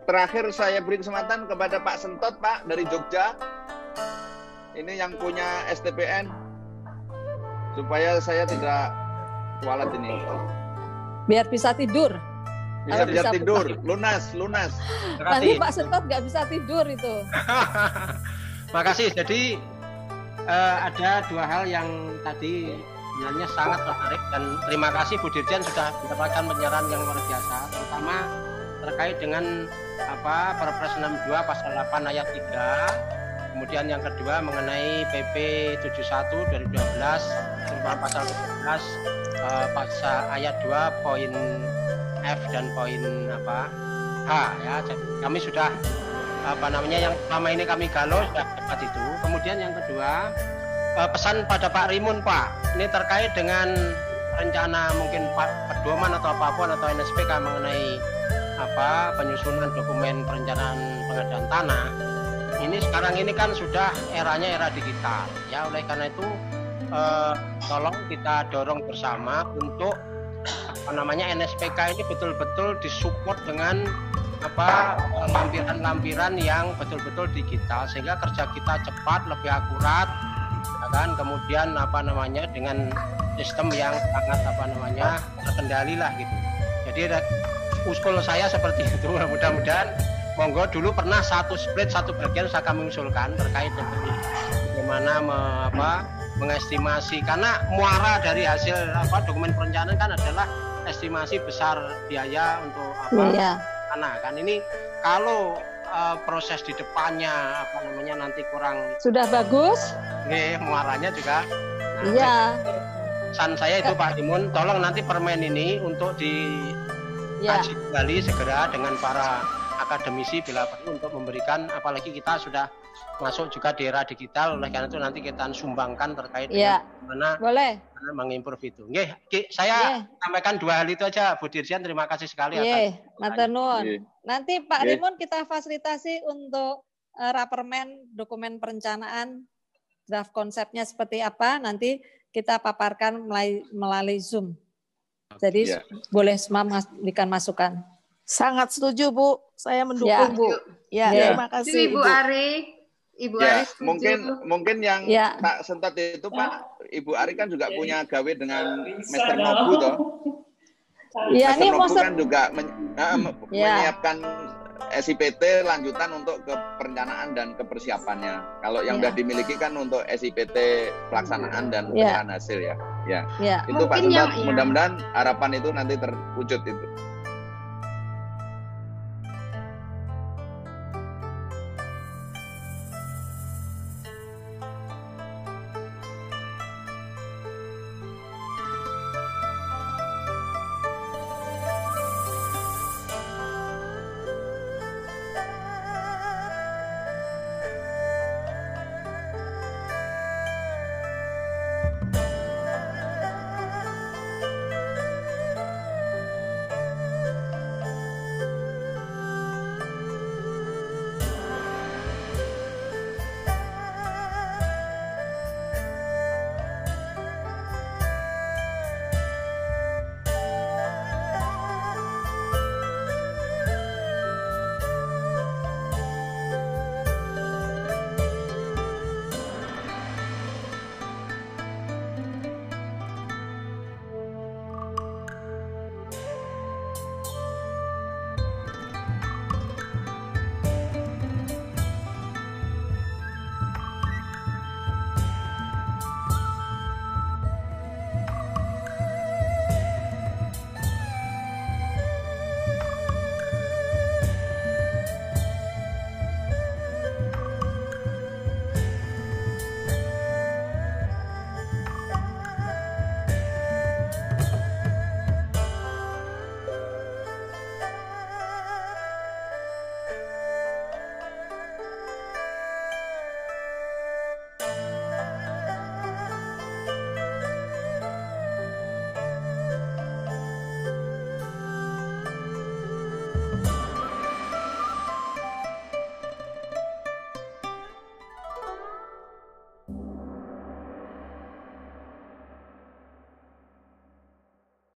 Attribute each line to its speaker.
Speaker 1: terakhir saya beri kesempatan kepada Pak Sentot, Pak, dari Jogja. Ini yang punya STPN. Supaya saya tidak kualat ini.
Speaker 2: Biar bisa tidur.
Speaker 1: Biar tidur, lunas.
Speaker 2: Nanti Pak Sentot nggak bisa tidur itu.
Speaker 3: Makasih. Jadi ada dua hal yang tadi sebenarnya sangat menarik, dan terima kasih Bu Dirjen sudah mendapatkan pencerahan yang luar biasa, terutama terkait dengan Perpres 62 pasal 8 ayat 3. Kemudian yang kedua mengenai PP 71 2012 tentang pasal 12 pasal ayat 2 poin F dan poin H ya. Jadi kami sudah yang selama ini kami galau sudah dapat itu. Kemudian yang kedua pesan pada Pak Rimun, Pak, ini terkait dengan rencana mungkin pedoman atau apapun atau NSPK mengenai penyusunan dokumen perencanaan pengadaan tanah. Ini sekarang ini kan sudah eranya era digital ya, oleh karena itu tolong kita dorong bersama untuk NSPK ini betul-betul disupport dengan lampiran-lampiran yang betul-betul digital sehingga kerja kita cepat, lebih akurat, ya kan? Kemudian dengan sistem yang sangat terkendali lah gitu. Jadi usul saya seperti itu. Mudah-mudahan monggo dulu pernah satu split satu bagian kami usulkan terkait dengan bagaimana mengestimasi, karena muara dari hasil dokumen perencanaan kan adalah estimasi besar biaya untuk tanah kan. Ini kalau proses di depannya nanti kurang
Speaker 2: sudah bagus,
Speaker 3: muaranya juga. Pesan saya itu Pak Timun, tolong nanti permen ini untuk dikaji kembali segera dengan para akademisi bila perlu untuk memberikan, apalagi kita sudah masuk juga di era digital, oleh karena itu nanti kita sumbangkan terkait dengan mana mengimprove itu. Saya sampaikan dua hal itu aja, Bu Dirjen. Terima kasih sekali atas.
Speaker 2: Matur nuwun. Nanti Pak Rimun kita fasilitasi untuk rapermen dokumen perencanaan, draft konsepnya seperti apa, nanti kita paparkan melalui Zoom. Jadi boleh semua memberikan masukan.
Speaker 4: Sangat setuju, Bu. Saya mendukung, Bu. Terima kasih,
Speaker 5: Ibu Ari. Ibu Ari
Speaker 1: mungkin yang Pak Sentot itu, Pak, Ibu Ari kan juga punya gawe dengan Master Nobu toh. Master Nobu kan juga menyiapkan SIPT lanjutan untuk perencanaan dan kepersiapannya. Kalau yang sudah dimiliki kan untuk SIPT pelaksanaan dan penyerahan hasil ya. Itu Pak Sentot, mudah-mudahan harapan itu nanti terwujud itu.